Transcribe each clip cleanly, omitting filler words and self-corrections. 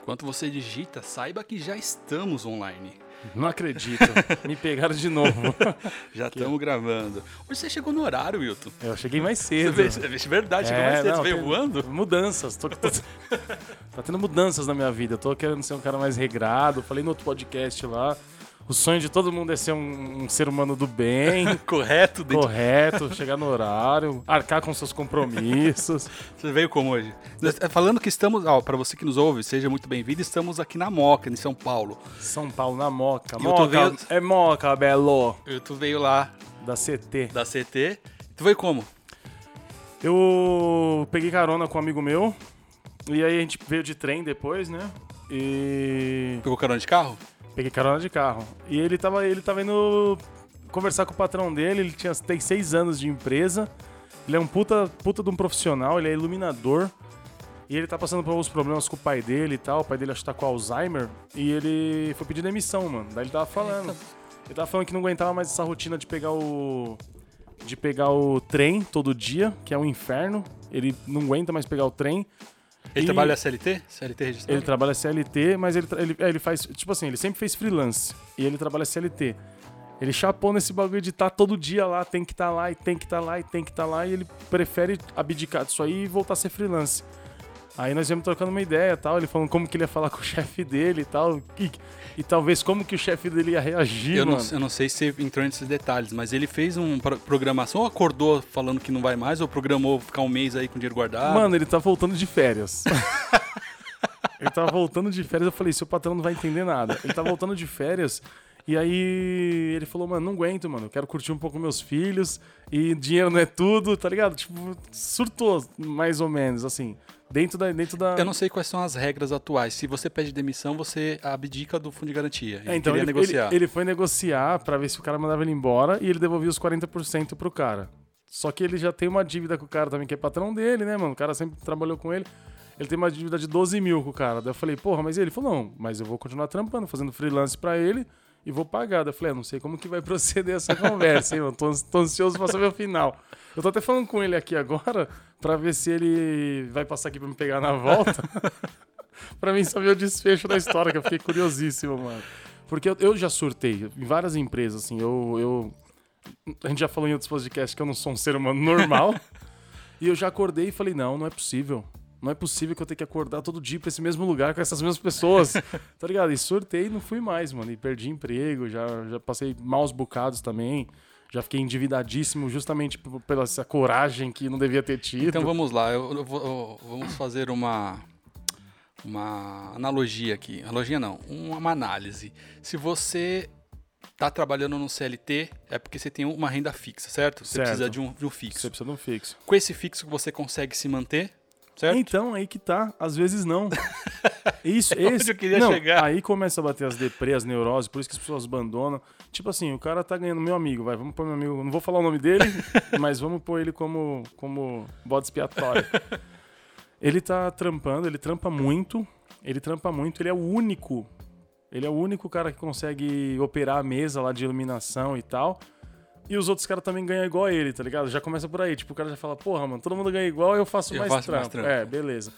Enquanto você digita, saiba que já estamos online. Não acredito. Me pegaram de novo. Já estamos gravando. Hoje você chegou no horário, Wilton. Eu cheguei mais cedo. É verdade, chegou mais cedo. Você veio voando? Mudanças. Tá tendo mudanças na minha vida. Eu tô querendo ser um cara mais regrado. Falei no outro podcast lá. O sonho de todo mundo é ser um ser humano do bem. Correto. Chegar no horário, arcar com seus compromissos. Você veio como hoje? Falando que estamos... para você que nos ouve, seja muito bem-vindo. Estamos aqui na Moca, em São Paulo. São Paulo, na Moca. Moca, é Moca, belo. Tu veio lá... Da CT. Da CT. Tu veio como? Eu peguei carona com um amigo meu. E aí a gente veio de trem depois, né? E... Pegou carona de carro? Peguei carona de carro. E ele tava indo conversar com o patrão dele. Ele tem 6 anos de empresa. Ele é um puta de um profissional. Ele é iluminador. E ele tá passando por alguns problemas com o pai dele e tal. O pai dele acho que tá com Alzheimer. E ele foi pedir demissão, mano. Daí ele tava falando. Ele tava falando que não aguentava mais essa rotina de pegar o trem todo dia, que é um inferno. Ele não aguenta mais pegar o trem. Ele trabalha CLT? CLT registrado? Ele trabalha CLT, mas ele faz... Tipo assim, ele sempre fez freelance. E ele trabalha CLT. Ele chapou nesse bagulho de estar todo dia lá, tem que estar lá, e tem que estar lá, e tem que estar lá. E ele prefere abdicar disso aí e voltar a ser freelance. Aí nós viemos trocando uma ideia e tal. Ele falando como que ele ia falar com o chefe dele e tal. E talvez como que o chefe dele ia reagir, eu mano. Eu não sei se você entrou nesses detalhes, mas ele fez uma programação ou acordou falando que não vai mais, ou programou ficar um mês aí com dinheiro guardado? Mano, ele tá voltando de férias. Ele tava voltando de férias, eu falei, seu patrão não vai entender nada. Ele tá voltando de férias, e aí ele falou, mano, não aguento, mano, eu quero curtir um pouco meus filhos, e dinheiro não é tudo, tá ligado? Tipo, surtou, mais ou menos, assim, dentro da... Eu não sei quais são as regras atuais. Se você pede demissão, você abdica do fundo de garantia. Então ele foi negociar pra ver se o cara mandava ele embora, e ele devolvia os 40% pro cara. Só que ele já tem uma dívida com o cara também, que é patrão dele, né, mano? O cara sempre trabalhou com ele. Ele tem uma dívida de 12 mil com o cara. Daí eu falei, porra, mas ele falou, não, mas eu vou continuar trampando, fazendo freelance pra ele e vou pagar. Daí eu falei, não sei como que vai proceder essa conversa, hein, mano? Tô ansioso pra saber o final. Eu tô até falando com ele aqui agora pra ver se ele vai passar aqui pra me pegar na volta. Pra mim saber o desfecho da história, que eu fiquei curiosíssimo, mano. Porque eu já surtei em várias empresas, assim, a gente já falou em outros podcasts que eu não sou um ser humano normal. E eu já acordei e falei, não é possível. Não é possível que eu tenha que acordar todo dia pra esse mesmo lugar com essas mesmas pessoas. Tá ligado? E surtei e não fui mais, mano. E perdi emprego, já passei maus bocados também. Já fiquei endividadíssimo justamente pela essa coragem que não devia ter tido. Então vamos lá. Vamos fazer uma analogia aqui. Analogia não, uma análise. Se você tá trabalhando no CLT, é porque você tem uma renda fixa, certo? Você precisa de um fixo. Você precisa de um fixo. Com esse fixo você consegue se manter, certo? Então, aí que tá. Às vezes não. Isso, onde eu queria chegar. Aí começa a bater as deprê, as neuroses, por isso que as pessoas abandonam. Tipo assim, o cara tá ganhando, meu amigo, vamos pôr meu amigo, não vou falar o nome dele, mas vamos pôr ele como bode expiatório. Ele tá trampando, ele trampa muito, ele é o único cara que consegue operar a mesa lá de iluminação e tal. E os outros caras também ganham igual a ele, tá ligado? Já começa por aí. Tipo, o cara já fala, porra, mano, todo mundo ganha igual, eu faço mais trampo. É, beleza.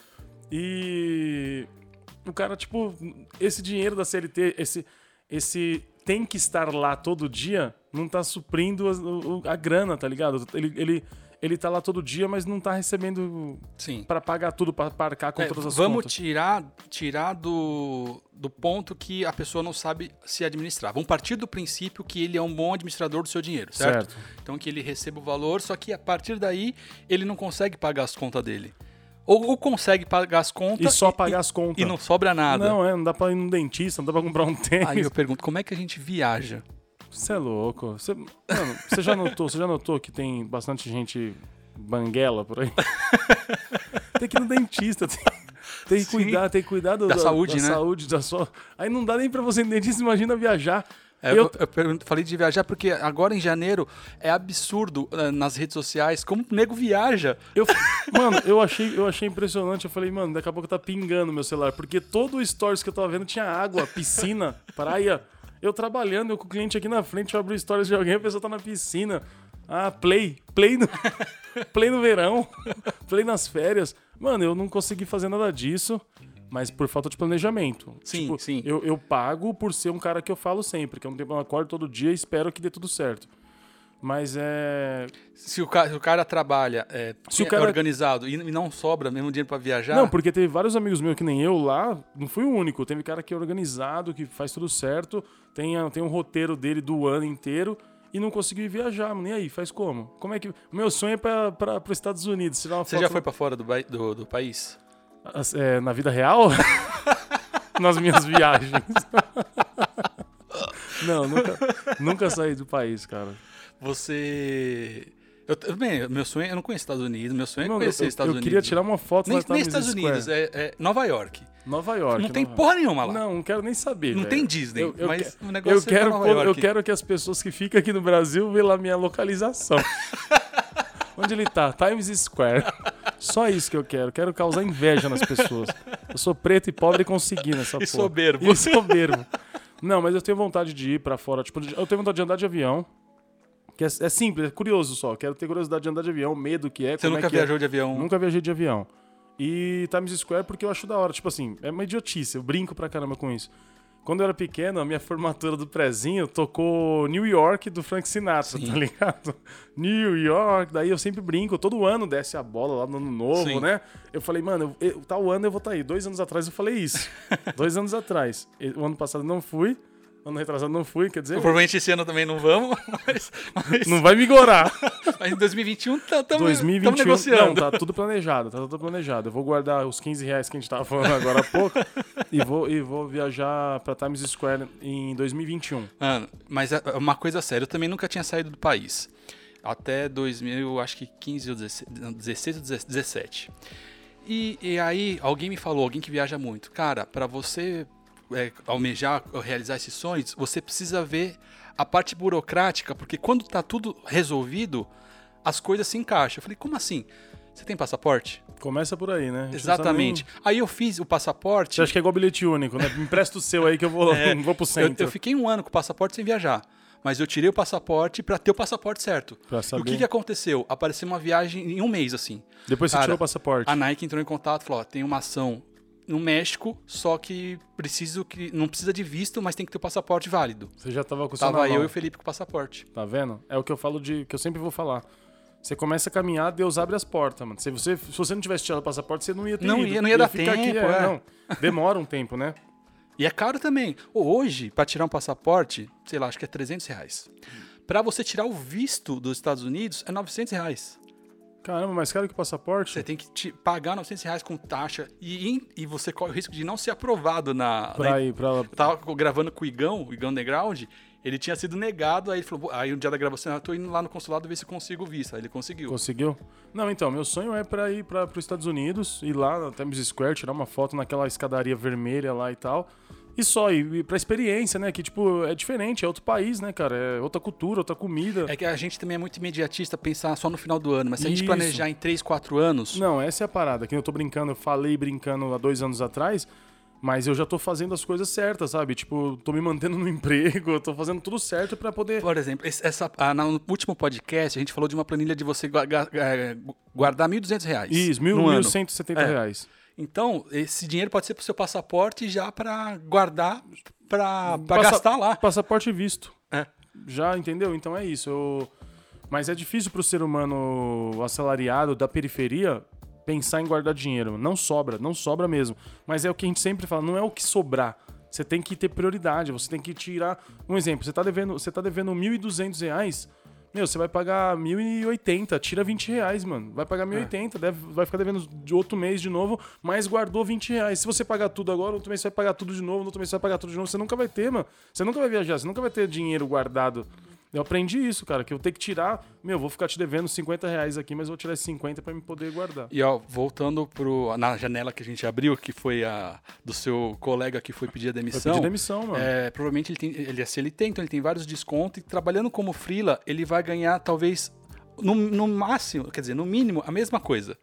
E o cara, tipo, esse dinheiro da CLT, esse tem que estar lá todo dia, não tá suprindo a grana, tá ligado? Ele tá lá todo dia, mas não tá recebendo pra pagar tudo, pra arcar com todas as contas. Vamos tirar do ponto que a pessoa não sabe se administrar. Vamos partir do princípio que ele é um bom administrador do seu dinheiro, certo? Então que ele receba o valor, só que a partir daí ele não consegue pagar as contas dele. Ou consegue pagar as contas... E só pagar as contas. E não sobra nada. Não dá pra ir num dentista, não dá pra comprar um tênis. Aí eu pergunto, como é que a gente viaja? Você é louco. Mano, você já notou que tem bastante gente banguela por aí? Tem que ir no dentista, tem que cuidar da saúde, né? Saúde, Aí não dá nem pra você ir no dentista, imagina viajar. Eu falei de viajar porque agora em janeiro é absurdo nas redes sociais como o nego viaja. Mano, eu achei impressionante. Eu falei, mano, daqui a pouco tá pingando meu celular. Porque todo o stories que eu tava vendo tinha água, piscina, praia. Eu trabalhando, eu com o cliente aqui na frente, eu abro stories de alguém, a pessoa tá na piscina. Ah, play no verão, play nas férias. Mano, eu não consegui fazer nada disso. mas por falta de planejamento. Sim, tipo, sim. Eu pago por ser um cara que eu falo sempre, que eu acordo todo dia e espero que dê tudo certo. Mas Se o cara trabalha, é organizado e não sobra mesmo dinheiro pra viajar... Não, porque teve vários amigos meus que nem eu lá, não fui o único. Teve cara que é organizado, que faz tudo certo, tem um roteiro dele do ano inteiro e não conseguiu viajar, mano. E aí, faz como? Como é que... O meu sonho é para os Estados Unidos. Você já foi pra fora do país? Na vida real? Nas minhas viagens. Não, nunca saí do país, cara. Você... meu sonho, eu não conheço Estados Unidos, meu sonho é conhecer Estados Unidos. Eu queria tirar uma foto nem Estados Unidos, é Nova York. Nova York. Não tem porra nenhuma lá. Não quero nem saber. Não véio. tem Disney, mas o negócio é Nova York. Eu quero que as pessoas que ficam aqui no Brasil vejam lá minha localização. Onde ele tá? Times Square. Só isso que eu quero. Quero causar inveja nas pessoas. Eu sou preto e pobre e consegui nessa porra. Soberbo. E soberbo. Não, mas eu tenho vontade de ir pra fora. Tipo, eu tenho vontade de andar de avião. Que é simples, é curioso só. Quero ter curiosidade de andar de avião, medo que é. Você nunca viajou de avião? Nunca viajei de avião. E Times Square porque eu acho da hora. Tipo assim, é uma idiotice. Eu brinco pra caramba com isso. Quando eu era pequeno, a minha formatura do prezinho tocou New York do Frank Sinatra, tá ligado? New York, daí eu sempre brinco. Todo ano desce a bola lá no ano novo, né? Eu falei, mano, tal ano eu vou estar aí. 2 anos atrás eu falei isso. 2 anos atrás. O ano passado não fui. Ano retrasado não fui, quer dizer... Provavelmente esse ano também não vamos, mas... Não vai vigorar. Mas em 2021 estamos negociando. Não, tá tudo planejado, Eu vou guardar os R$15 que a gente tava falando agora há pouco e vou viajar pra Times Square em 2021. Mano, mas é uma coisa séria, eu também nunca tinha saído do país. Até 2000, acho que 15 ou 16 ou 17. E aí, alguém me falou, alguém que viaja muito, cara, pra você... almejar, realizar esses sonhos, você precisa ver a parte burocrática, porque quando tá tudo resolvido, as coisas se encaixam. Eu falei, como assim? Você tem passaporte? Começa por aí, né? Exatamente. Aí eu fiz o passaporte... Você acha que é igual bilhete único, né? Me empresta o seu aí que eu vou pro centro. Eu fiquei 1 ano com o passaporte sem viajar. Mas eu tirei o passaporte pra ter o passaporte certo. Pra saber. E o que aconteceu? Apareceu uma viagem em 1 mês, assim. Depois você tirou o passaporte. A Nike entrou em contato e falou, tem uma ação no México, só que não precisa de visto, mas tem que ter o passaporte válido. Você já tava com o seu Tava eu e o Felipe com o passaporte. Tá vendo? É o que eu falo que eu sempre vou falar. Você começa a caminhar, Deus abre as portas, mano. Se você não tivesse tirado o passaporte, você não ia ter ido. Não ia dar ficar tempo, aqui, não. Demora um tempo, né? E é caro também. Hoje, pra tirar um passaporte, sei lá, acho que é R$300. Pra você tirar o visto dos Estados Unidos, é R$900. Caramba, mais caro que o passaporte? Você tem que pagar R$900 com taxa e você corre o risco de não ser aprovado na... Eu tava gravando com o Igão Underground, ele tinha sido negado, aí ele falou, aí no dia da gravação, eu tô indo lá no consulado ver se consigo visto. Aí ele conseguiu. Conseguiu? Não, então, meu sonho é pra ir pros Estados Unidos, ir lá na Times Square, tirar uma foto naquela escadaria vermelha lá e tal. E só, ir pra experiência, né? Que, tipo, é diferente, é outro país, né, cara? É outra cultura, outra comida. É que a gente também é muito imediatista pensar só no final do ano, mas se a gente planejar em 3, 4 anos... Não, essa é a parada. Que eu tô brincando, eu falei brincando há 2 anos atrás, mas eu já tô fazendo as coisas certas, sabe? Tipo, tô me mantendo no emprego, eu tô fazendo tudo certo pra poder... Por exemplo, no último podcast, a gente falou de uma planilha de você guardar R$1.200. Isso, R$1.170. Então, esse dinheiro pode ser pro seu passaporte já pra guardar, pra gastar lá. Passaporte e visto. É. Já, entendeu? Então é isso. Mas é difícil pro ser humano assalariado da periferia pensar em guardar dinheiro. Não sobra mesmo. Mas é o que a gente sempre fala, não é o que sobrar. Você tem que ter prioridade, você tem que tirar... Um exemplo, você tá devendo R$1.200, meu, você vai pagar 1.080, tira R$20, mano. Vai pagar 1.080, vai ficar devendo de outro mês de novo, mas guardou R$20. Se você pagar tudo agora, outro mês você vai pagar tudo de novo, no outro mês você vai pagar tudo de novo, você nunca vai ter, mano. Você nunca vai viajar, você nunca vai ter dinheiro guardado. Eu aprendi isso, cara, que eu tenho que tirar... Meu, vou ficar te devendo R$50 aqui, mas vou tirar esses 50 pra me poder guardar. E, ó, voltando na janela que a gente abriu, que foi a do seu colega que foi pedir a demissão... Foi pedir demissão, mano. Provavelmente ele é CLT, então ele tem vários descontos. E trabalhando como freela, ele vai ganhar, talvez, no máximo, quer dizer, no mínimo, a mesma coisa.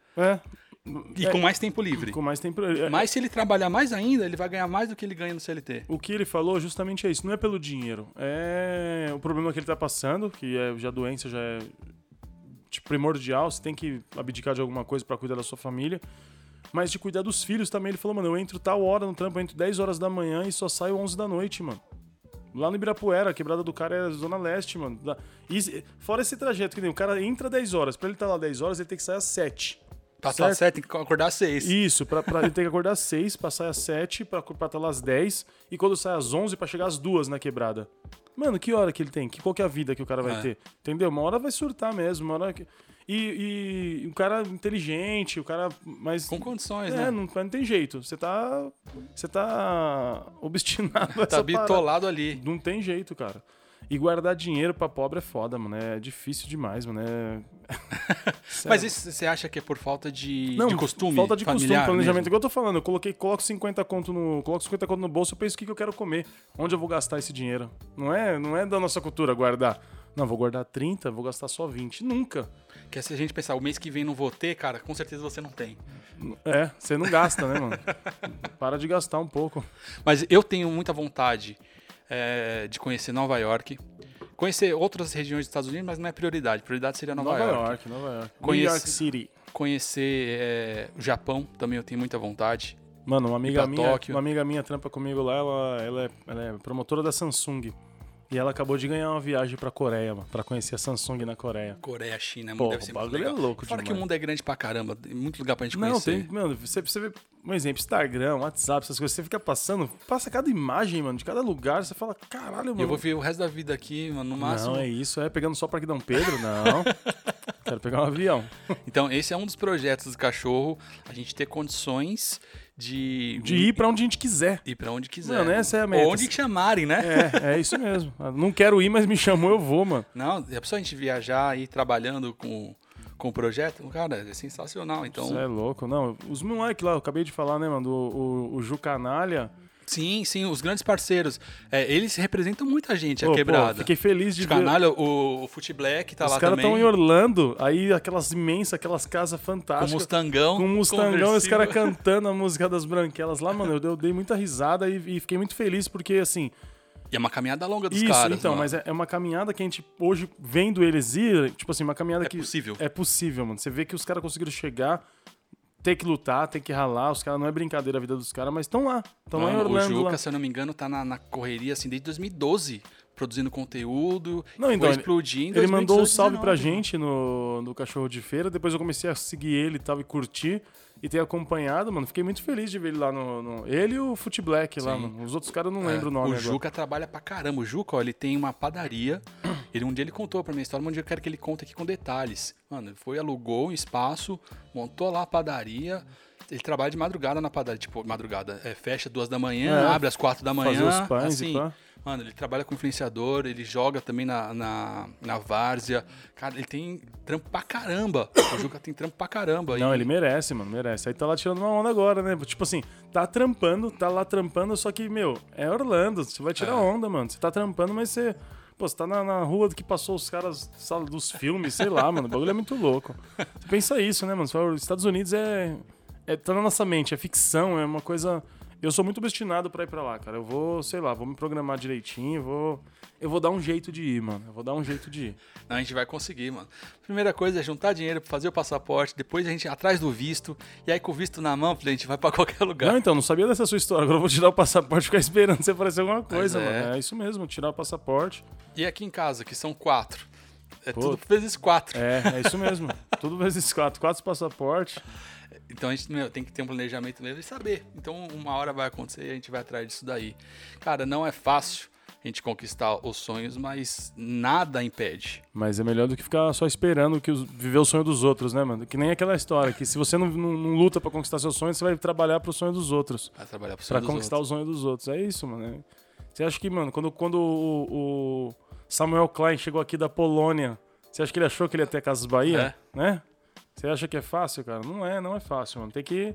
E com mais tempo livre. Com mais tempo. Mas se ele trabalhar mais ainda, ele vai ganhar mais do que ele ganha no CLT. O que ele falou justamente é isso. Não é pelo dinheiro. É o problema que ele tá passando, que já a doença já é tipo, primordial. Você tem que abdicar de alguma coisa pra cuidar da sua família. mas de cuidar dos filhos também. Ele falou, mano, eu entro tal hora no trampo, eu entro 10 horas da manhã e só saio 11 da noite, mano. Lá no Ibirapuera, a quebrada do cara é Zona Leste, mano. E, fora esse trajeto, que nem o cara entra 10 horas. Pra ele estar lá 10 horas, ele tem que sair às 7. Pra estar às 7, tem que acordar às 6. Isso, ele tem que acordar às 6, pra sair às 7, pra estar lá às 10. E quando sai às 11, pra chegar às 2 na quebrada. Mano, que hora que ele tem? Qual que é a vida que o cara vai ter? Entendeu? Uma hora vai surtar mesmo, uma hora... E um cara inteligente, o cara mais... Com condições, né? Não tem jeito. Você tá obstinado a tá bitolado ali. Não tem jeito, cara. E guardar dinheiro pra pobre é foda, mano. É difícil demais, mano. Mas isso você acha que é por falta de costume? Falta de costume, planejamento. Mesmo? Igual eu tô falando, eu coloco 50 conto no bolso, eu penso o que eu quero comer. Onde eu vou gastar esse dinheiro? Não é da nossa cultura guardar. Não, vou guardar 30, vou gastar só 20. Nunca. Que se a gente pensar, o mês que vem não vou ter, cara, com certeza você não tem. Você não gasta, né, mano? Para de gastar um pouco. Mas eu tenho muita vontade de conhecer Nova York. Conhecer outras regiões dos Estados Unidos, mas não é prioridade. Prioridade seria Nova York. Nova York. New York City. Conhecer o Japão, também eu tenho muita vontade. Mano, uma amiga minha trampa comigo lá, ela é promotora da Samsung. E ela acabou de ganhar uma viagem pra Coreia, mano, pra conhecer a Samsung na Coreia. Coreia, China, pô, deve ser muito legal. É louco fora demais. que o mundo é grande pra caramba, tem muito lugar pra gente conhecer. Não, tem, mano, você vê, um exemplo, Instagram, WhatsApp, essas coisas, você fica passa cada imagem, mano, de cada lugar, você fala, caralho, mano. Eu vou ver o resto da vida aqui, mano, no máximo. Não, é isso, pegando só pra Dom Pedro, não. Quero pegar um avião. Então, esse é um dos projetos do cachorro, a gente ter condições de ir pra onde a gente quiser. Ir pra onde quiser. Mano, essa é a meta. Ou onde chamarem, né? É isso mesmo. Não quero ir, mas me chamou, eu vou, mano. Não, é só a gente viajar e ir trabalhando com o projeto, cara, é sensacional. Então... Isso é louco. Não, os moleques lá, eu acabei de falar, né, mano, o Ju Canalha. Sim, os grandes parceiros. Eles representam muita gente, a quebrada. Fiquei feliz de ver. Canalha, o Foot Black tá lá também. Os caras estão em Orlando, aí aquelas imensas, aquelas casas fantásticas. Com Mustangão, os caras cantando a música das branquelas lá, mano, eu dei muita risada e fiquei muito feliz porque, assim... E é uma caminhada longa dos caras. Então, mano. Mas é uma caminhada que a gente, hoje, vendo eles ir, tipo assim, uma caminhada que... possível. É possível, mano. Você vê que os caras conseguiram chegar... Tem que lutar, tem que ralar. Os caras, não é brincadeira a vida dos caras, mas estão lá. Estão lá em Orlando. O Juca, lá. se eu não me engano, tá na correria assim desde 2012, produzindo conteúdo. Não, então, explodindo. Ele mandou um salve pra gente no Cachorro de Feira. Depois eu comecei a seguir ele e tal, e curtir. E ter acompanhado, mano. Fiquei muito feliz de ver ele lá ele e o Foot Black lá, mano. Os outros caras eu não lembro o nome agora. O Juca trabalha pra caramba. O Juca, ó, ele tem uma padaria. Um dia ele contou pra minha história, um dia eu quero que ele conte aqui com detalhes. Mano, ele foi, alugou um espaço, montou lá a padaria. Ele trabalha de madrugada na padaria, tipo, madrugada. Fecha 2 da manhã, abre às 4 da manhã. Fazer os pães assim, e pá. Mano, ele trabalha com influenciador, ele joga também na várzea. Cara, ele tem trampo pra caramba. O Juca tem trampo pra caramba. Não, ele merece, mano, merece. Aí tá lá tirando uma onda agora, né? Tipo assim, tá lá trampando, só que, meu, é Orlando. Você vai tirar onda, mano. Você tá trampando, mas você... Pô, você tá na rua que passou os caras dos filmes, sei lá, mano. O bagulho é muito louco. Você pensa isso, né, mano? Os Estados Unidos tá na nossa mente, é ficção, é uma coisa... Eu sou muito destinado pra ir pra lá, cara. Eu vou, sei lá, vou me programar direitinho, eu vou dar um jeito de ir, mano. Não, a gente vai conseguir, mano. Primeira coisa é juntar dinheiro pra fazer o passaporte, depois a gente ir atrás do visto, e aí com o visto na mão, a gente vai pra qualquer lugar. Não, então, não sabia dessa sua história. Agora eu vou tirar o passaporte e ficar esperando você aparecer alguma coisa, mano. É isso mesmo, tirar o passaporte. E aqui em casa, que são 4. Tudo vezes 4. É isso mesmo. Tudo vezes 4. 4 passaportes. Então a gente tem que ter um planejamento mesmo e saber. Então uma hora vai acontecer e a gente vai atrás disso daí. Cara, não é fácil a gente conquistar os sonhos, mas nada impede. Mas é melhor do que ficar só esperando viver o sonho dos outros, né, mano? Que nem aquela história, que se você não luta pra conquistar seus sonhos, você vai trabalhar pro sonho dos outros. Vai trabalhar pro sonho pra conquistar o sonho dos outros. É isso, mano. Você acha que, mano, quando o Samuel Klein chegou aqui da Polônia, você acha que ele achou que ele ia ter a Casas Bahia? Né? Você acha que é fácil, cara? Não é fácil, mano. Tem que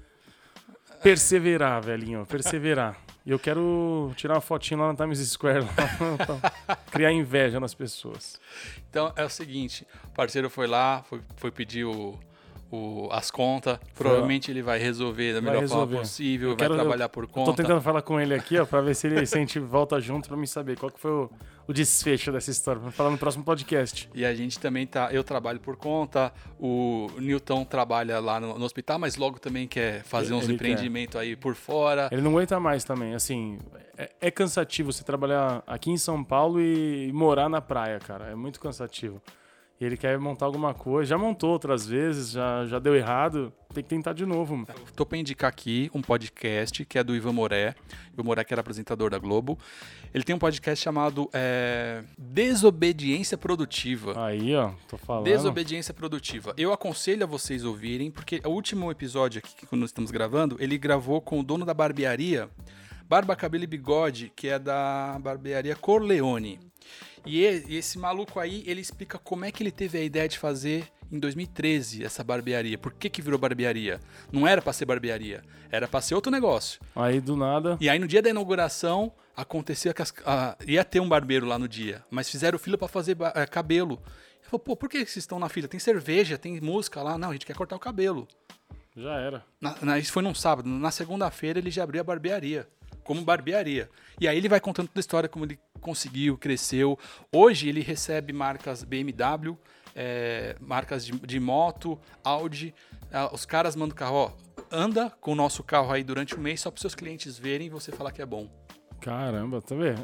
perseverar, velhinho. Perseverar. E eu quero tirar uma fotinha lá na Times Square, pra criar inveja nas pessoas. Então é o seguinte, o parceiro foi lá, foi pedir as contas. Provavelmente ele vai resolver da melhor forma possível, vai trabalhar por conta. Tô tentando falar com ele aqui, ó, pra ver se a gente volta junto pra mim saber qual que foi o desfecho dessa história, pra falar no próximo podcast. E a gente também eu trabalho por conta, o Newton trabalha lá no hospital, mas logo também quer fazer uns empreendimentos aí por fora. Ele não aguenta mais também, assim, é cansativo você trabalhar aqui em São Paulo e morar na praia, cara, é muito cansativo. E ele quer montar alguma coisa, já montou outras vezes, já deu errado, tem que tentar de novo. Mano. Tô pra indicar aqui um podcast que é do Ivan Moré. Ivan Moré, que era apresentador da Globo. Ele tem um podcast chamado Desobediência Produtiva. Aí, ó, tô falando. Desobediência Produtiva. Eu aconselho a vocês ouvirem, porque o último episódio aqui, que nós estamos gravando, ele gravou com o dono da barbearia, Barba, Cabelo e Bigode, que é da barbearia Corleone. E esse maluco aí, ele explica como é que ele teve a ideia de fazer em 2013 essa barbearia. Por que virou barbearia? Não era pra ser barbearia, era pra ser outro negócio. Aí do nada... E aí no dia da inauguração, aconteceu que ia ter um barbeiro lá no dia, mas fizeram fila pra fazer cabelo. Ele falou, pô, por que vocês estão na fila? Tem cerveja, tem música lá. Não, a gente quer cortar o cabelo. Já era. Isso foi num sábado. Na segunda-feira ele já abriu a barbearia. Como barbearia. E aí ele vai contando toda a história, como ele conseguiu, cresceu. Hoje ele recebe marcas BMW, marcas de moto, Audi. Os caras mandam o carro, ó, anda com o nosso carro aí durante o mês só para os seus clientes verem e você falar que é bom. Caramba, tá vendo?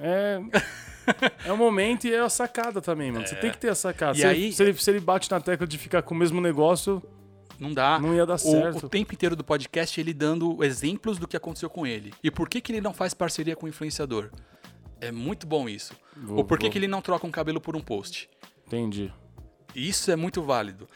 É o momento e é a sacada também, mano. Você tem que ter a sacada. Se ele bate na tecla de ficar com o mesmo negócio... Não dá. Não ia dar certo. O tempo inteiro do podcast ele dando exemplos do que aconteceu com ele. E por que ele não faz parceria com o influenciador? É muito bom isso. Ou por que ele não troca um cabelo por um post? Entendi. Isso é muito válido.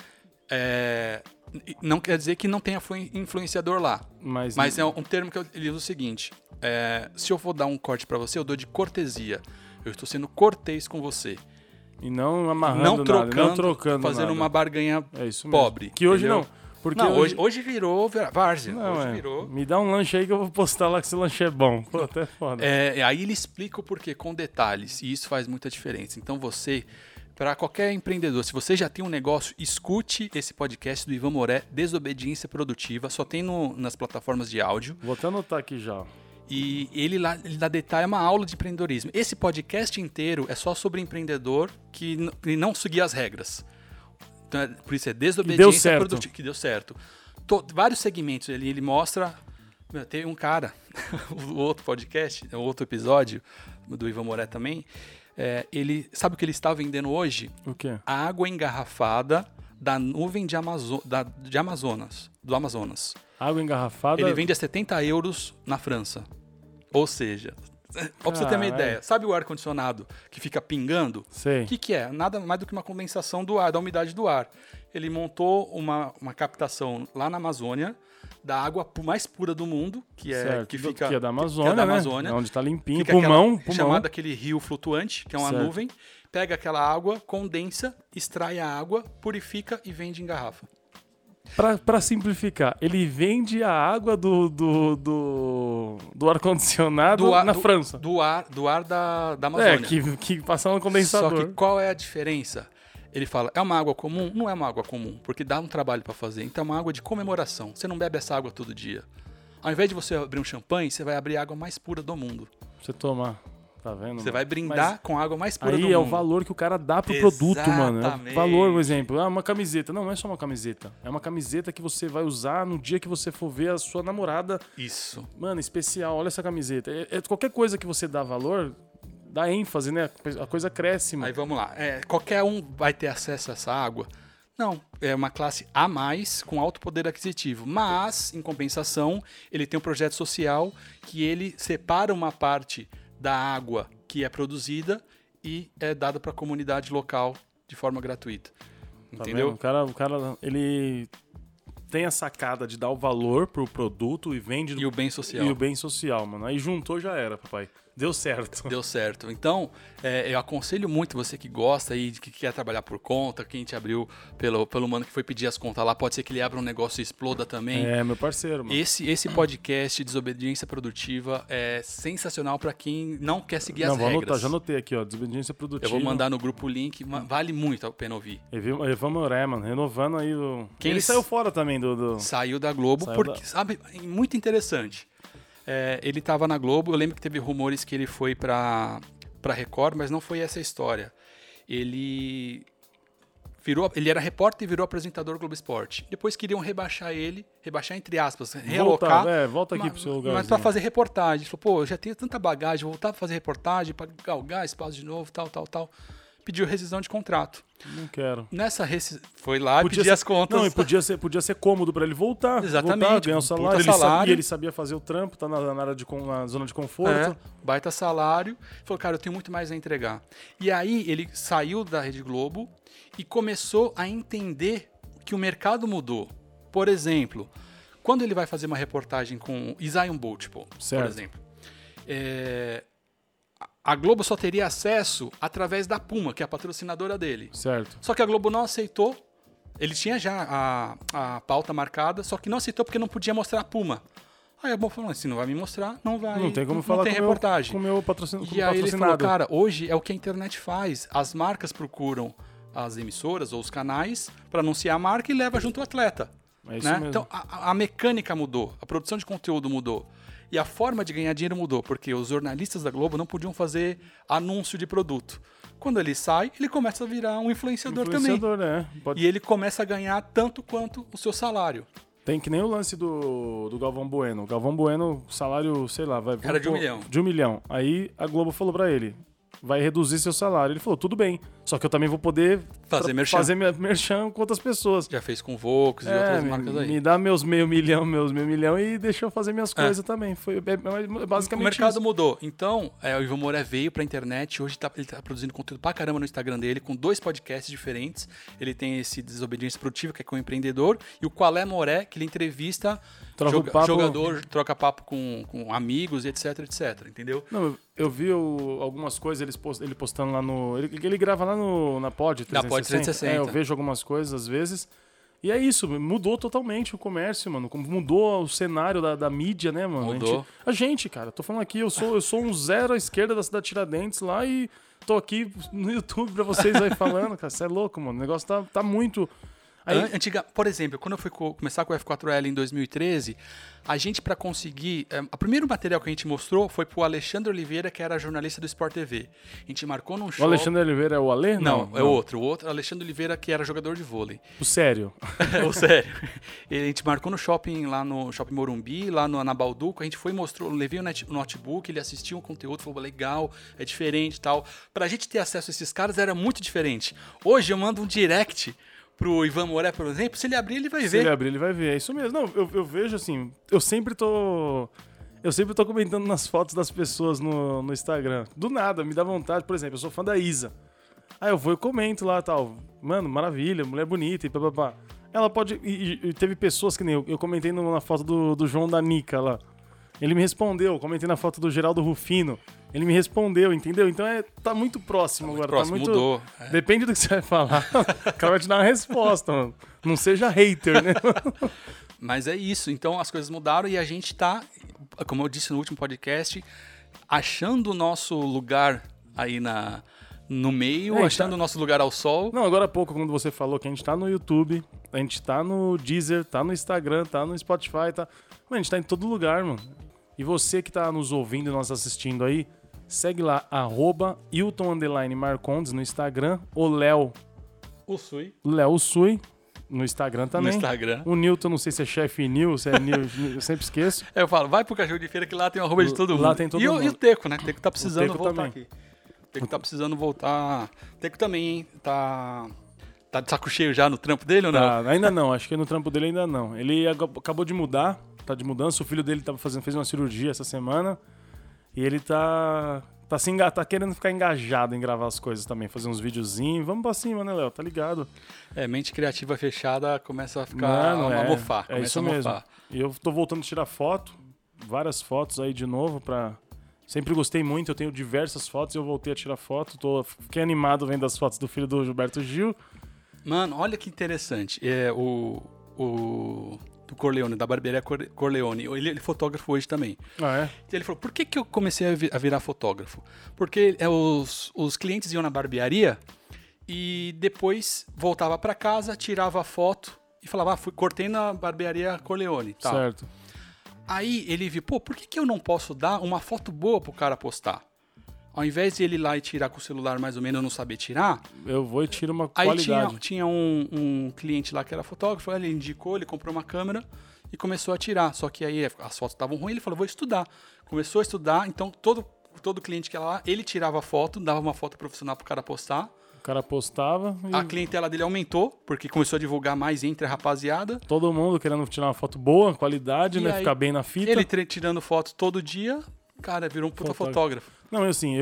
Não quer dizer que não tenha influenciador lá. Mas é um termo que ele usa o seguinte. Se eu for dar um corte pra você, eu dou de cortesia. Eu estou sendo cortês com você. E não amarrando não trocando fazendo nada. Uma barganha pobre. Que hoje não. Porque hoje virou várzea. Virou. Me dá um lanche aí que eu vou postar lá que esse lanche é bom. Pô, até foda. Aí ele explica o porquê com detalhes. E isso faz muita diferença. Então para qualquer empreendedor, se você já tem um negócio, escute esse podcast do Ivan Moré, Desobediência Produtiva. Só tem nas plataformas de áudio. Vou até anotar aqui já. E ele dá detalhe, é uma aula de empreendedorismo. Esse podcast inteiro é só sobre empreendedor que não seguia as regras. Então, por isso é desobediência produtiva. Que deu certo. Vários segmentos. Ele mostra... Tem um cara, o outro podcast, o outro episódio do Ivan Moré também, ele sabe o que ele está vendendo hoje? O quê? A água engarrafada da nuvem do Amazonas. Água engarrafada? Ele vende a 70 euros na França. Ou seja, pra você ter uma ideia, sabe o ar-condicionado que fica pingando? Sei. O que é? Nada mais do que uma condensação do ar, da umidade do ar. Ele montou uma captação lá na Amazônia da água mais pura do mundo, que é da Amazônia, né? Onde tá limpinho, pulmão. Chamado aquele rio flutuante, que é uma nuvem. Pega aquela água, condensa, extrai a água, purifica e vende em garrafa. Pra simplificar, ele vende a água do ar-condicionado na França. Do ar da Amazônia. Que passa no condensador. Só que qual é a diferença? Ele fala, é uma água comum? Não é uma água comum, porque dá um trabalho pra fazer. Então é uma água de comemoração. Você não bebe essa água todo dia. Ao invés de você abrir um champanhe, você vai abrir a água mais pura do mundo. Você tomar. Tá vendo? Você vai brindar com a água mais pura do mundo. Aí é o valor que o cara dá pro produto, mano. É o valor, um exemplo. Uma camiseta. Não é só uma camiseta. É uma camiseta que você vai usar no dia que você for ver a sua namorada. Isso. Mano, especial. Olha essa camiseta. Qualquer coisa que você dá valor, dá ênfase, né? A coisa cresce, mano. Aí vamos lá. Qualquer um vai ter acesso a essa água? Não. É uma classe A+, com alto poder aquisitivo. Mas, em compensação, ele tem um projeto social que ele separa uma parte da água que é produzida e é dada para a comunidade local de forma gratuita. Entendeu? Tá, o cara, ele tem a sacada de dar o valor pro produto e vende... E o bem social. E o bem social, mano. Aí juntou, já era, papai. Deu certo. Deu certo. Então, eu aconselho muito você que gosta aí, que quer trabalhar por conta, que a gente abriu pelo mano que foi pedir as contas lá, pode ser que ele abra um negócio e exploda também. É, meu parceiro, mano. Esse podcast, Desobediência Produtiva, é sensacional para quem não quer seguir as regras. Anotar, já anotei aqui, ó, Desobediência Produtiva. Eu vou mandar no grupo o link, vale muito a pena ouvir. Vamos mano, renovando aí o... Ele saiu fora também do... Saiu da Globo, porque, sabe, muito interessante. Ele estava na Globo, eu lembro que teve rumores que ele foi para Record, mas não foi essa a história. Ele era repórter e virou apresentador Globo Esporte. Depois queriam rebaixar entre aspas, realocar. Volta aqui pro seu lugar. Mas para fazer reportagem. Ele falou, pô, já tenho tanta bagagem, voltar para fazer reportagem, para galgar espaço de novo, tal. Pediu rescisão de contrato. Não quero. Nessa foi lá e pediu as contas. Não, e podia ser cômodo para ele voltar. Exatamente. Voltar, ganhar um salário. Ele sabia fazer o trampo, tá na zona de conforto. Baita salário. Falou, cara, eu tenho muito mais a entregar. E aí ele saiu da Rede Globo e começou a entender que o mercado mudou. Por exemplo, quando ele vai fazer uma reportagem com Usain Bolt, por exemplo, a Globo só teria acesso através da Puma, que é a patrocinadora dele. Certo. Só que a Globo não aceitou. Ele tinha já a pauta marcada, só que não aceitou porque não podia mostrar a Puma. Aí a Globo falou, se não vai me mostrar, não vai. Não tem como falar não tem reportagem. Com o meu patrocinador. E aí ele falou, cara, hoje é o que a internet faz. As marcas procuram as emissoras ou os canais para anunciar a marca e leva junto o atleta. É isso né? mesmo. Então a mecânica mudou, a produção de conteúdo mudou. E a forma de ganhar dinheiro mudou, porque os jornalistas da Globo não podiam fazer anúncio de produto. Quando ele sai, ele começa a virar um influenciador também. Né? E ele começa a ganhar tanto quanto o seu salário. Tem que nem o lance do Galvão Bueno. O Galvão Bueno, salário, sei lá, vai... Era de 1 milhão. De 1 milhão. Aí a Globo falou pra ele, vai reduzir seu salário. Ele falou, tudo bem, só que eu também vou poder fazer merchan com outras pessoas. Já fez com Vox e outras marcas aí. Me dá meus meio milhão e deixa eu fazer minhas coisas também. Foi basicamente o mercado isso. Mudou. Então, o Ivan Moré veio pra internet, hoje ele tá produzindo conteúdo pra caramba no Instagram dele, com 2 podcasts diferentes. Ele tem esse Desobediência Produtiva, que é com o empreendedor, e o Qual é Moré, que ele entrevista jogador, troca papo com amigos, etc, entendeu? Não, eu vi algumas coisas, ele postando lá no... Ele grava lá na Pod 360. Na Pod 360. Eu vejo algumas coisas às vezes. E é isso, mudou totalmente o comércio, mano. Mudou o cenário da mídia, né, mano? Mudou. A gente, cara, tô falando aqui, eu sou um zero à esquerda da cidade Tiradentes lá e tô aqui no YouTube pra vocês aí falando, cara. Você é louco, mano. O negócio tá muito... Aí... Por exemplo, quando eu fui começar com o F4L em 2013, a gente, para conseguir... o primeiro material que a gente mostrou foi pro Alexandre Oliveira, que era jornalista do Sport TV. A gente marcou num show... O Alexandre Oliveira é o Alê? Não, é outro. O outro, Alexandre Oliveira, que era jogador de vôlei. O sério? O sério. A gente marcou no shopping, lá no Shopping Morumbi, lá na Balduco. A gente foi e mostrou, levei o notebook, ele assistiu o conteúdo, falou, legal, é diferente e tal. Pra gente ter acesso a esses caras era muito diferente. Hoje eu mando um direct... pro Ivan Moré, por exemplo, se ele abrir, ele vai ver. Se ele abrir, ele vai ver. É isso mesmo. Não, eu vejo assim, eu sempre tô comentando nas fotos das pessoas no Instagram. Do nada, me dá vontade. Por exemplo, eu sou fã da Isa. Aí eu vou e comento lá e tal. Mano, maravilha, mulher bonita e papapá. Ela pode... E teve pessoas que nem eu comentei na foto do João da Nica lá. Ele me respondeu, comentei na foto do Geraldo Rufino. Ele me respondeu, entendeu? Então tá muito próximo agora. Próximo, tá muito... mudou. Depende do que você vai falar. O cara vai te dar uma resposta, mano. Não seja hater, né? Mas é isso. Então as coisas mudaram e a gente tá, como eu disse no último podcast, achando o nosso lugar aí no meio, achando o nosso lugar ao sol. Não, agora há pouco, quando você falou que a gente tá no YouTube, a gente tá no Deezer, tá no Instagram, tá no Spotify, tá... Mano, a gente tá em todo lugar, mano. E você que tá nos ouvindo e nos assistindo aí, segue lá, @Hilton_Marcondes no Instagram, o Léo Sui no Instagram também. No Instagram. O Newton, não sei se é chefe Nil, se é Nil, eu sempre esqueço. Eu falo, vai pro Cachorro de Feira que lá tem uma roupa de todo mundo. Lá tem todo mundo. E o Teco, né? O Teco tá precisando voltar também. aqui. O Teco tá precisando voltar. O Teco também, hein? Tá de saco cheio já no trampo dele ou não? Tá, ainda não, acho que no trampo dele ainda não. Ele acabou de mudar, tá de mudança, o filho dele fez uma cirurgia essa semana e ele tá querendo ficar engajado em gravar as coisas também, fazer uns videozinhos. Vamos pra cima, né, Léo? Tá ligado? Mente criativa fechada começa a ficar a mofar. É isso mesmo. E eu tô voltando a tirar várias fotos aí de novo pra... Sempre gostei muito, eu tenho diversas fotos, eu voltei a tirar foto, fiquei animado vendo as fotos do filho do Gilberto Gil. Mano, olha que interessante. Do Corleone, da barbearia Corleone. Ele é fotógrafo hoje também. Ah, é? E ele falou, por que eu comecei a virar fotógrafo? Porque os clientes iam na barbearia e depois voltava para casa, tirava a foto e falava, cortei na barbearia Corleone. Tá. Certo. Aí ele viu, por que eu não posso dar uma foto boa pro cara postar? Ao invés de ele ir lá e tirar com o celular mais ou menos, não saber tirar... Eu vou e tiro uma qualidade. Aí tinha um cliente lá que era fotógrafo, ele indicou, ele comprou uma câmera e começou a tirar. Só que aí as fotos estavam ruins, ele falou, vou estudar. Começou a estudar, então todo cliente que era lá, ele tirava a foto, dava uma foto profissional pro cara postar. O cara postava e... A clientela dele aumentou, porque começou a divulgar mais entre a rapaziada. Todo mundo querendo tirar uma foto boa, qualidade, né? Ficar bem na fita. Ele tirando foto todo dia, cara, virou um puta fotógrafo. Não, assim,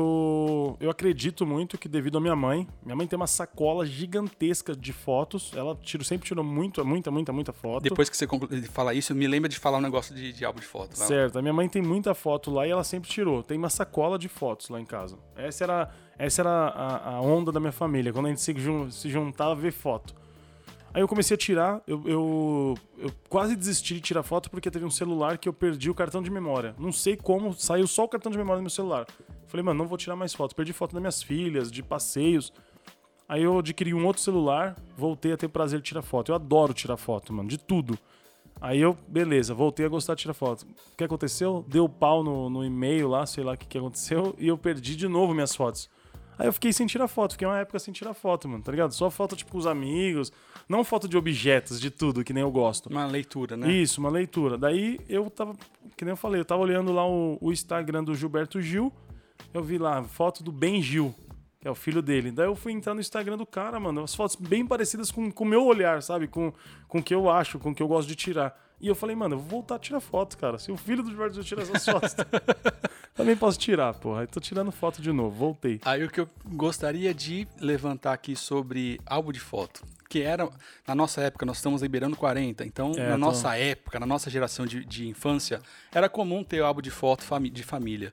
eu acredito muito que devido à minha mãe tem uma sacola gigantesca de fotos, ela sempre tirou muita foto. Depois que você fala isso, me lembra de falar um negócio de álbum de foto. Certo, a minha mãe tem muita foto lá e ela sempre tirou, tem uma sacola de fotos lá em casa. Essa era a onda da minha família, quando a gente se juntava a ver foto. Aí eu comecei a tirar, eu quase desisti de tirar foto porque teve um celular que eu perdi o cartão de memória. Não sei como, saiu só o cartão de memória do meu celular. Falei, mano, não vou tirar mais fotos. Perdi foto das minhas filhas, de passeios. Aí eu adquiri um outro celular, voltei a ter prazer de tirar foto. Eu adoro tirar foto, mano, de tudo. Aí beleza, voltei a gostar de tirar foto. O que aconteceu? Deu pau no e-mail lá, sei lá o que aconteceu, e eu perdi de novo minhas fotos. Aí eu fiquei sem tirar foto, fiquei uma época sem tirar foto, mano, tá ligado? Só foto, tipo, com os amigos, não foto de objetos, de tudo, que nem eu gosto. Uma leitura, né? Isso, uma leitura. Daí eu tava, que nem eu falei, eu tava olhando lá o Instagram do Gilberto Gil, eu vi lá, foto do Ben Gil, que é o filho dele. Daí eu fui entrar no Instagram do cara, mano, as fotos bem parecidas com o meu olhar, sabe? Com o que eu acho, com o que eu gosto de tirar. E eu falei, mano, eu vou voltar a tirar foto, cara. Se o filho do Gilberto Gil tira essas fotos, também posso tirar, porra. Aí tô tirando foto de novo, voltei. Aí o que eu gostaria de levantar aqui sobre álbum de foto, que era, na nossa época, nós estamos liberando 40, então nossa época, na nossa geração de infância, era comum ter álbum de foto de família.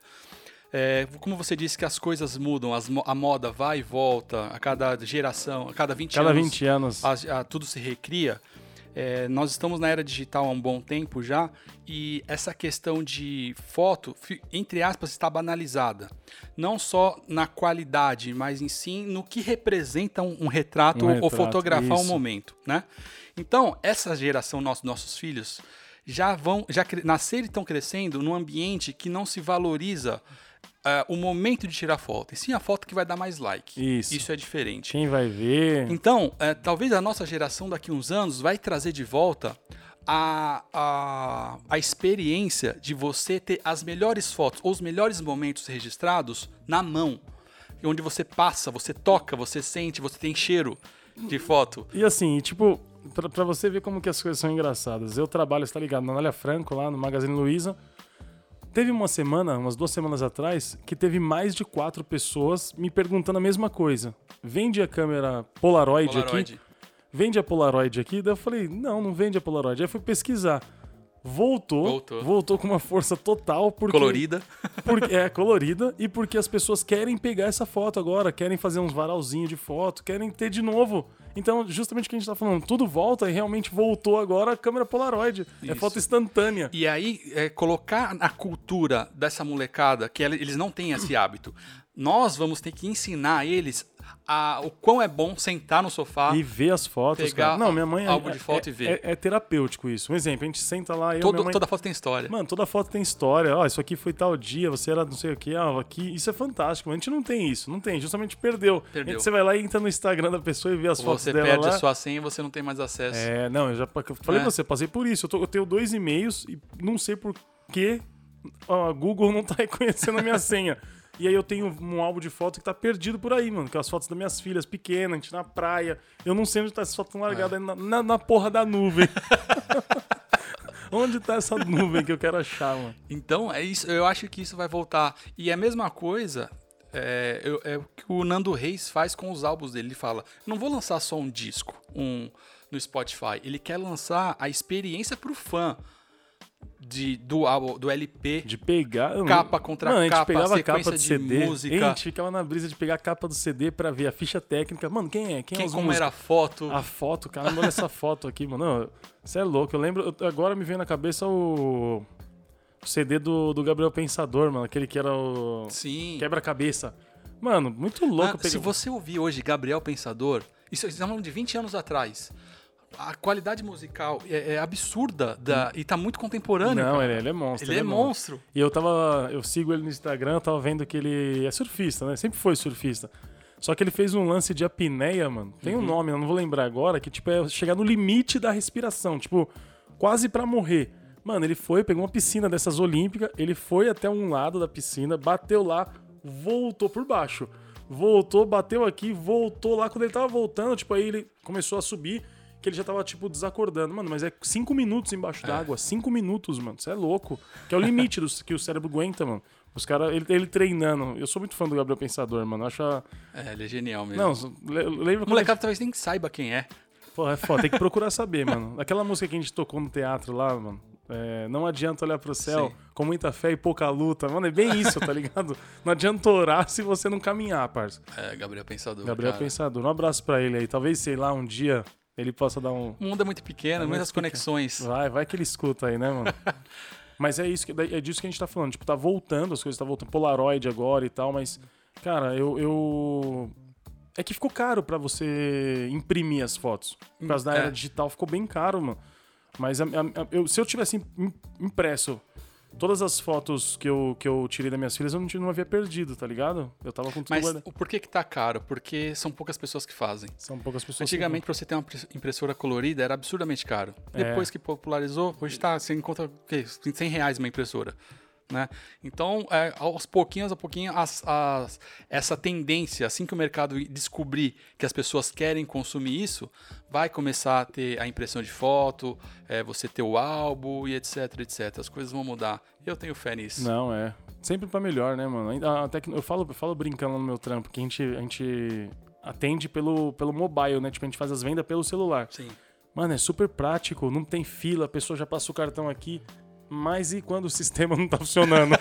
Como você disse que as coisas mudam, a moda vai e volta, a cada geração, a cada 20 anos, tudo se recria. Nós estamos na era digital há um bom tempo já, e essa questão de foto, entre aspas, está banalizada. Não só na qualidade, mas em si no que representa um retrato ou fotografar um momento, né? Então, essa geração, nossos filhos, já nasceram e estão crescendo num ambiente que não se valoriza o momento de tirar foto, e sim a foto que vai dar mais like. Isso é diferente. Quem vai ver? Então, talvez a nossa geração daqui a uns anos vai trazer de volta a experiência de você ter as melhores fotos ou os melhores momentos registrados na mão, onde você passa, você toca, você sente, você tem cheiro de foto. E assim, tipo, pra você ver como que as coisas são engraçadas, eu trabalho, você tá ligado, na Anália Franco, lá no Magazine Luiza. Teve umas 2 semanas atrás, que teve mais de 4 pessoas me perguntando a mesma coisa. Vende a câmera Polaroid aqui? Vende a Polaroid aqui? Daí eu falei, não vende a Polaroid. Aí eu fui pesquisar. Voltou com uma força total. Colorida. Colorida, e porque as pessoas querem pegar essa foto agora, querem fazer uns varalzinhos de foto, querem ter de novo. Então, justamente o que a gente tá falando, tudo volta e realmente voltou agora a câmera Polaroid. Isso. É foto instantânea. E aí, colocar a cultura dessa molecada, que eles não têm esse hábito, nós vamos ter que ensinar eles o quão é bom sentar no sofá e ver as fotos, pegar cara. Não, minha mãe álbum de foto e ver. É terapêutico isso. Um exemplo, a gente senta lá, toda foto tem história. Mano, toda foto tem história. Ó, isso aqui foi tal dia, você era não sei o que, aqui. Isso é fantástico. A gente não tem isso, não tem. Justamente perdeu. Você vai lá e entra no Instagram da pessoa e vê as fotos dela lá. Você perde a sua senha e você não tem mais acesso. Não, eu já falei pra você, passei por isso. Eu tenho 2 e-mails e não sei por que a Google não tá reconhecendo a minha senha. E aí eu tenho um álbum de foto que tá perdido por aí, mano. Que é as fotos das minhas filhas pequenas, a gente na praia. Eu não sei onde tá essas fotos largadas na porra da nuvem. Onde tá essa nuvem que eu quero achar, mano? Então, é isso. Eu acho que isso vai voltar. E é a mesma coisa o que o Nando Reis faz com os álbuns dele. Ele fala, não vou lançar só um disco no Spotify. Ele quer lançar a experiência pro fã. do LP. De pegar... Capa contra mano, capa, a gente pegava a capa do de CD, música. a gente ficava na brisa de pegar a capa do CD pra ver a ficha técnica. Mano, quem é? Quem como era a foto. A foto, cara, olha essa foto aqui, mano. Você é louco. Eu lembro... Agora me veio na cabeça o CD do Gabriel Pensador, mano. Aquele que era o... Sim. Quebra-cabeça. Mano, muito louco. Se você ouvir hoje Gabriel Pensador, isso estamos falando de 20 anos atrás, a qualidade musical é absurda e tá muito contemporâneo. Não, cara. ele é monstro. Ele é monstro. E eu sigo ele no Instagram, tava vendo que ele é surfista, né? Sempre foi surfista. Só que ele fez um lance de apneia, mano. Tem um nome, eu não vou lembrar agora, que tipo é chegar no limite da respiração, tipo, quase pra morrer. Mano, ele pegou uma piscina dessas olímpicas, ele foi até um lado da piscina, bateu lá, voltou por baixo. Voltou, bateu aqui, voltou lá. Quando ele tava voltando, tipo, aí ele começou a subir, que ele já tava, tipo, desacordando. Mano, mas é 5 minutos embaixo d'água. 5 minutos, mano. Isso é louco. Que é o limite que o cérebro aguenta, mano. Os caras, ele treinando. Eu sou muito fã do Gabriel Pensador, mano. Eu acho ele é genial mesmo. Não, lembra... O molecado talvez nem saiba quem é. Pô, é foda. Tem que procurar saber, mano. Aquela música que a gente tocou no teatro lá, mano. Não adianta olhar pro céu. Sim. Com muita fé e pouca luta. Mano, é bem isso, tá ligado? Não adianta orar se você não caminhar, parça. Gabriel Pensador. Gabriel Pensador. Um abraço pra ele aí. Talvez, sei lá, um dia... Ele possa dar um... O mundo é muito pequeno, muitas conexões. Vai que ele escuta aí, né, mano? Mas é disso que a gente tá falando. Tipo, tá voltando, as coisas tá voltando. Polaroid agora e tal, mas... Cara, É que ficou caro pra você imprimir as fotos. Por causa da era digital, ficou bem caro, mano. Mas se eu tivesse impresso todas as fotos que eu tirei das minhas filhas, eu não havia perdido, tá ligado? Eu tava com tudo guardado. Mas por que tá caro? Porque são poucas pessoas que fazem. São poucas pessoas. Antigamente, pra você ter uma impressora colorida, era absurdamente caro. Depois que popularizou, hoje você encontra R$100 uma impressora. Né? Então, aos pouquinhos, essa tendência, assim que o mercado descobrir que as pessoas querem consumir isso, vai começar a ter a impressão de foto, você ter o álbum e etc. As coisas vão mudar. Eu tenho fé nisso. Não, sempre pra melhor, né, mano? Eu falo brincando no meu trampo que a gente atende pelo mobile, né? Tipo, a gente faz as vendas pelo celular. Sim. Mano, é super prático, não tem fila, a pessoa já passa o cartão aqui. Mas e quando o sistema não tá funcionando?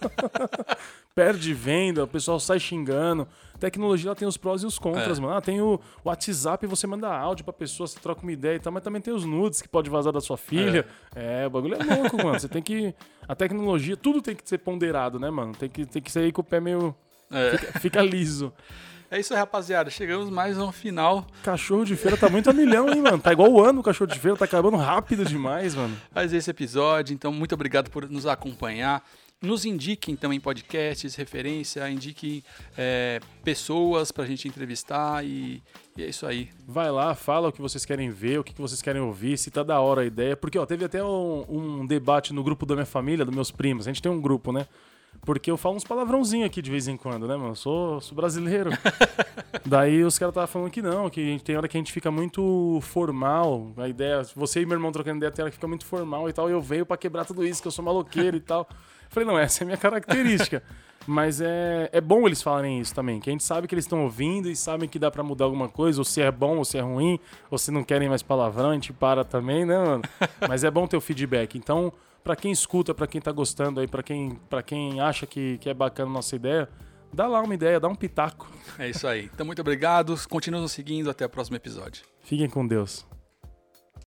Perde venda, o pessoal sai xingando. A tecnologia ela tem os prós e os contras, mano. Tem o WhatsApp, você manda áudio pra pessoa, você troca uma ideia e tal, mas também tem os nudes que pode vazar da sua filha. O bagulho é louco, mano. Você tem que... A tecnologia, tudo tem que ser ponderado, né, mano? Tem que sair com o pé meio... Fica liso. É isso aí, rapaziada. Chegamos mais ao final. Cachorro de feira tá muito a milhão, hein, mano? Tá igual o ano o cachorro de feira, tá acabando rápido demais, mano. Faz esse episódio, então muito obrigado por nos acompanhar. Nos indiquem também podcasts, referência, indiquem pessoas pra gente entrevistar e é isso aí. Vai lá, fala o que vocês querem ver, o que vocês querem ouvir, se tá da hora a ideia. Porque, teve até um debate no grupo da minha família, dos meus primos. A gente tem um grupo, né? Porque eu falo uns palavrãozinhos aqui de vez em quando, né, mano? Sou brasileiro. Daí os caras estavam falando que não, que tem hora que a gente fica muito formal. A ideia, você e meu irmão trocando ideia, tem hora que fica muito formal e tal. E eu venho pra quebrar tudo isso, que eu sou maloqueiro e tal. Falei, não, essa é a minha característica. Mas é bom eles falarem isso também, que a gente sabe que eles estão ouvindo e sabem que dá pra mudar alguma coisa, ou se é bom, ou se é ruim, ou se não querem mais palavrão, a gente para também, né, mano? Mas é bom ter o feedback. Então, pra quem escuta, pra quem tá gostando aí, pra quem acha que é bacana a nossa ideia, dá lá uma ideia, dá um pitaco. É isso aí. Então, muito obrigado. Continuem nos seguindo. Até o próximo episódio. Fiquem com Deus.